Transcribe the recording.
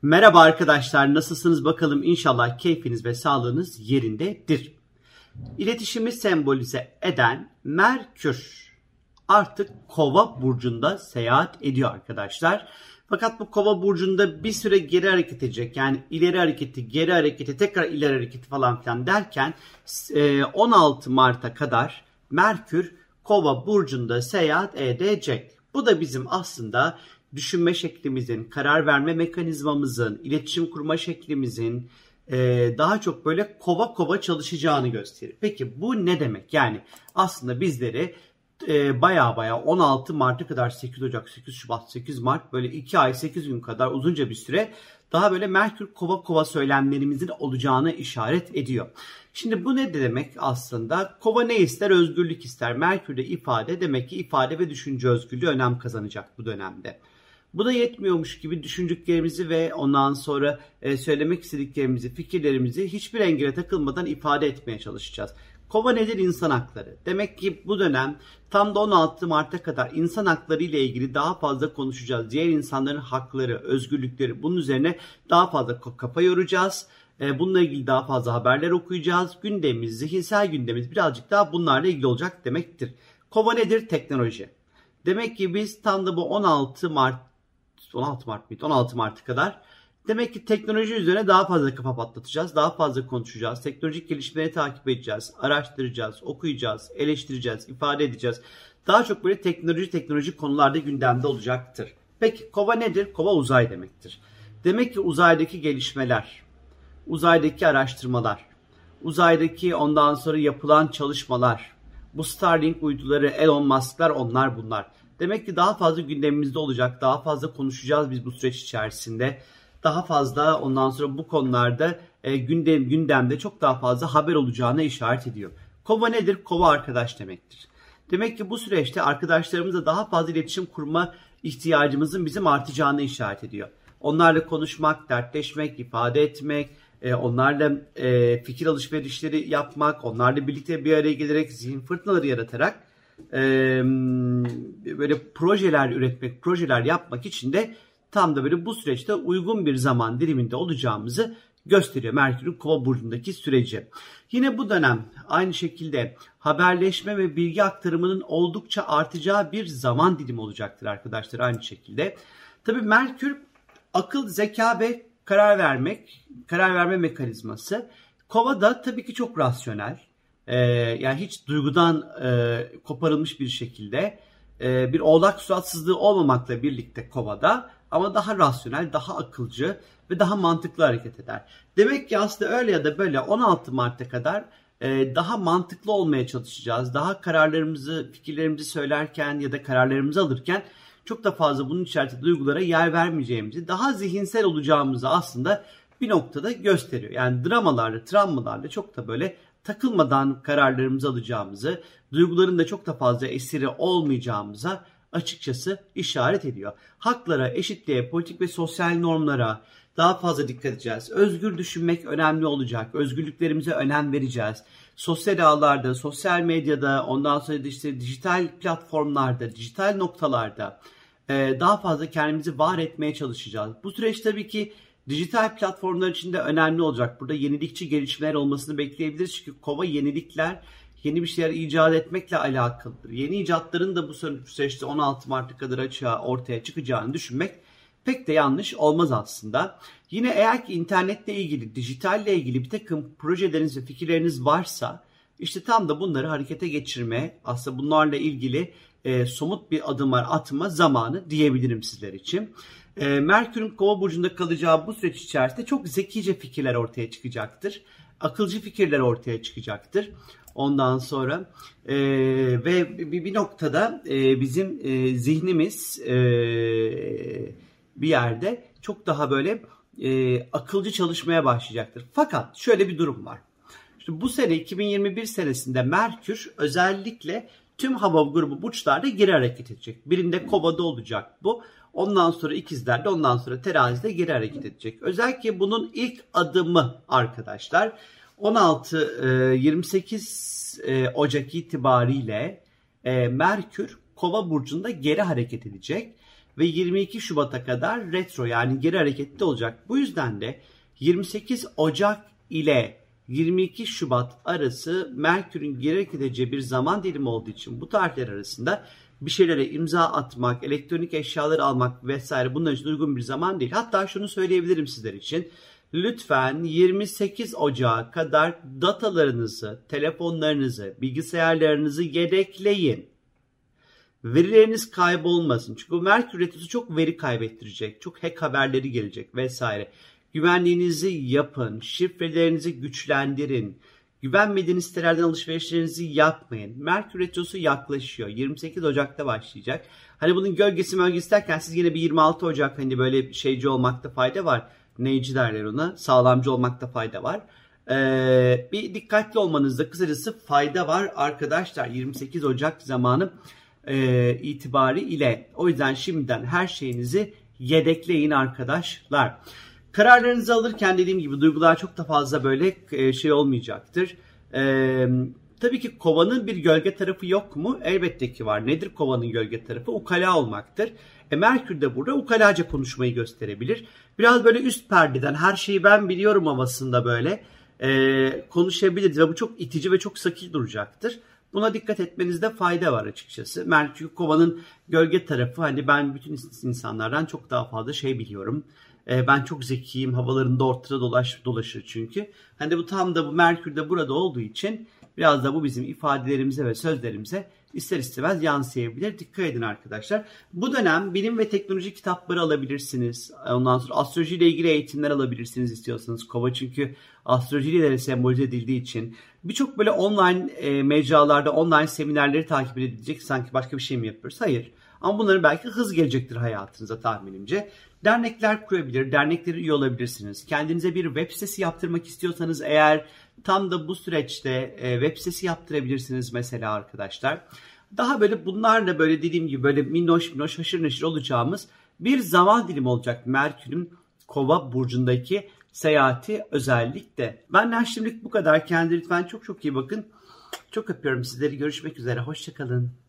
Merhaba arkadaşlar, nasılsınız bakalım? İnşallah keyfiniz ve sağlığınız yerindedir. İletişimi sembolize eden Merkür artık Kova burcunda seyahat ediyor arkadaşlar. Fakat bu Kova burcunda bir süre geri hareket edecek. Yani ileri hareketi, geri hareketi, tekrar ileri hareketi falan filan derken 16 Mart'a kadar Merkür Kova burcunda seyahat edecek. Bu da bizim aslında düşünme şeklimizin, karar verme mekanizmamızın, iletişim kurma şeklimizin daha çok böyle kova kova çalışacağını gösterir. Peki bu ne demek? Yani aslında bizleri baya 16 Mart'a kadar 8 Ocak, 8 Şubat, 8 Mart böyle 2 ay 8 gün kadar uzunca bir süre daha böyle Merkür kova kova söylemlerimizin olacağını işaret ediyor. Şimdi bu ne demek aslında? Kova ne ister? Özgürlük ister. Merkür'de ifade, demek ki ifade ve düşünce özgürlüğü önem kazanacak bu dönemde. Bu da yetmiyormuş gibi düşündüklerimizi ve ondan sonra söylemek istediklerimizi, fikirlerimizi hiçbir engele takılmadan ifade etmeye çalışacağız. Kova nedir? İnsan hakları. Demek ki bu dönem tam da 16 Mart'a kadar insan hakları ile ilgili daha fazla konuşacağız. Diğer insanların hakları, özgürlükleri, bunun üzerine daha fazla kafa yoracağız. Bununla ilgili daha fazla haberler okuyacağız. Gündemimiz, zihinsel gündemimiz birazcık daha bunlarla ilgili olacak demektir. Kova nedir? Teknoloji. Demek ki biz tam da bu 16 Mart'a kadar demek ki teknoloji üzerine daha fazla kafa patlatacağız, daha fazla konuşacağız, teknolojik gelişmeleri takip edeceğiz, araştıracağız, okuyacağız, eleştireceğiz, ifade edeceğiz. Daha çok böyle teknoloji konularda gündemde olacaktır. Peki Kova nedir? Kova uzay demektir. Demek ki uzaydaki gelişmeler, uzaydaki araştırmalar, uzaydaki ondan sonra yapılan çalışmalar, bu Starlink uyduları, Elon Musk'lar, onlar bunlar. Demek ki daha fazla gündemimizde olacak, daha fazla konuşacağız biz bu süreç içerisinde. Daha fazla ondan sonra bu konularda gündemde çok daha fazla haber olacağına işaret ediyor. Kova nedir? Kova arkadaş demektir. Demek ki bu süreçte arkadaşlarımızla daha fazla iletişim kurma ihtiyacımızın bizim artacağını işaret ediyor. Onlarla konuşmak, dertleşmek, ifade etmek, onlarla fikir alışverişleri yapmak, onlarla birlikte bir araya gelerek zihin fırtınaları yaratarak böyle projeler üretmek, projeler yapmak için de tam da böyle bu süreçte uygun bir zaman diliminde olacağımızı gösteriyor Merkür'ün Kova burcundaki süreci. Yine bu dönem aynı şekilde haberleşme ve bilgi aktarımının oldukça artacağı bir zaman dilimi olacaktır arkadaşlar aynı şekilde. Tabii Merkür akıl, zeka ve karar verme mekanizması. Kova da tabii ki çok rasyonel. Yani hiç duygudan koparılmış bir şekilde bir oğlak suratsızlığı olmamakla birlikte Kova'da ama daha rasyonel, daha akılcı ve daha mantıklı hareket eder. Demek ki aslında öyle ya da böyle 16 Mart'a kadar daha mantıklı olmaya çalışacağız. Daha kararlarımızı, fikirlerimizi söylerken ya da kararlarımızı alırken çok da fazla bunun içerisinde duygulara yer vermeyeceğimizi, daha zihinsel olacağımızı aslında bir noktada gösteriyor. Yani dramalarla, travmalarla çok da böyle takılmadan kararlarımızı alacağımızı, duyguların da çok da fazla esiri olmayacağımıza açıkçası işaret ediyor. Haklara, eşitliğe, politik ve sosyal normlara daha fazla dikkat edeceğiz. Özgür düşünmek önemli olacak. Özgürlüklerimize önem vereceğiz. Sosyal ağlarda, sosyal medyada, ondan sonra da işte dijital platformlarda, dijital noktalarda daha fazla kendimizi var etmeye çalışacağız. Bu süreç tabii ki dijital platformlar için de önemli olacak. Burada yenilikçi gelişmeler olmasını bekleyebiliriz. Çünkü Kova yenilikler, yeni bir şeyler icat etmekle alakalıdır. Yeni icatların da bu süreçte 16 Mart'a kadar ortaya çıkacağını düşünmek pek de yanlış olmaz aslında. Yine eğer ki internetle ilgili, dijitalle ilgili bir takım projeleriniz ve fikirleriniz varsa işte tam da bunları harekete geçirme, aslında bunlarla ilgili somut bir adımlar atma zamanı diyebilirim sizler için. Merkür'ün Kova burcunda kalacağı bu süreç içerisinde çok zekice fikirler ortaya çıkacaktır. Akılcı fikirler ortaya çıkacaktır. Ondan sonra ve bir noktada bizim zihnimiz bir yerde çok daha böyle akılcı çalışmaya başlayacaktır. Fakat şöyle bir durum var. İşte bu sene 2021 senesinde Merkür özellikle tüm hava grubu burçlarda geri hareket edecek. Birinde Kova'da olacak bu. Ondan sonra ikizlerde, ondan sonra terazide geri hareket edecek. Özellikle bunun ilk adımı arkadaşlar 28 Ocak itibariyle Merkür Kova burcunda geri hareket edecek. ve 22 Şubat'a kadar retro yani geri hareketli olacak. Bu yüzden de 28 Ocak ile 22 Şubat arası Merkür'ün geri hareket edeceği bir zaman dilimi olduğu için bu tarihler arasında bir şeylere imza atmak, elektronik eşyaları almak vesaire bunlar için uygun bir zaman değil. Hatta şunu söyleyebilirim sizler için. Lütfen 28 Ocak'a kadar datalarınızı, telefonlarınızı, bilgisayarlarınızı yedekleyin. Verileriniz kaybolmasın. Çünkü bu Merkür Retrosu çok veri kaybettirecek. Çok hack haberleri gelecek vesaire. Güvenliğinizi yapın. Şifrelerinizi güçlendirin. Güvenmediğiniz sitelerden alışverişlerinizi yapmayın. Merkür Retrosu yaklaşıyor. 28 Ocak'ta başlayacak. Hani bunun gölgesi derken siz yine bir 26 Ocak hani böyle şeyci olmakta fayda var. Neyci derler ona? Sağlamcı olmakta fayda var. Bir dikkatli olmanızda kısacası fayda var arkadaşlar. 28 Ocak zamanı itibariyle. O yüzden şimdiden her şeyinizi yedekleyin arkadaşlar. Kararlarınızı alırken dediğim gibi duygular çok da fazla böyle şey olmayacaktır. Tabii ki kovanın bir gölge tarafı yok mu? Elbette ki var. Nedir kovanın gölge tarafı? Ukala olmaktır. Merkür de burada ukalaca konuşmayı gösterebilir. Biraz böyle üst perdeden her şeyi ben biliyorum havasında böyle konuşabiliriz ve bu çok itici ve çok sakil duracaktır. Buna dikkat etmenizde fayda var açıkçası. Merkür kovanın gölge tarafı hani ben bütün insanlardan çok daha fazla şey biliyorum. Ben çok zekiyim havalarında ortada dolaşır çünkü. Hani bu tam da bu Merkür de burada olduğu için biraz da bu bizim ifadelerimize ve sözlerimize ister istemez yansıyabilir. Dikkat edin arkadaşlar. Bu dönem bilim ve teknoloji kitapları alabilirsiniz. Ondan sonra astrolojiyle ilgili eğitimler alabilirsiniz istiyorsanız. Kova çünkü astrolojiyle de sembolize edildiği için birçok böyle online mecralarda online seminerleri takip edilecek. Sanki başka bir şey mi yapıyoruz? Hayır. Ama bunların belki hız gelecektir hayatınıza tahminimce. Dernekler kurabilir, dernekleri üye olabilirsiniz. Kendinize bir web sitesi yaptırmak istiyorsanız eğer tam da bu süreçte web sitesi yaptırabilirsiniz mesela arkadaşlar. Daha böyle bunlarla böyle dediğim gibi böyle minnoş haşır neşir olacağımız bir zaman dilimi olacak Merkür'ün Kova burcundaki seyahati özellikle. Benden şimdilik bu kadar. Kendinize lütfen çok iyi bakın. Çok öpüyorum sizleri. Görüşmek üzere. Hoşça kalın.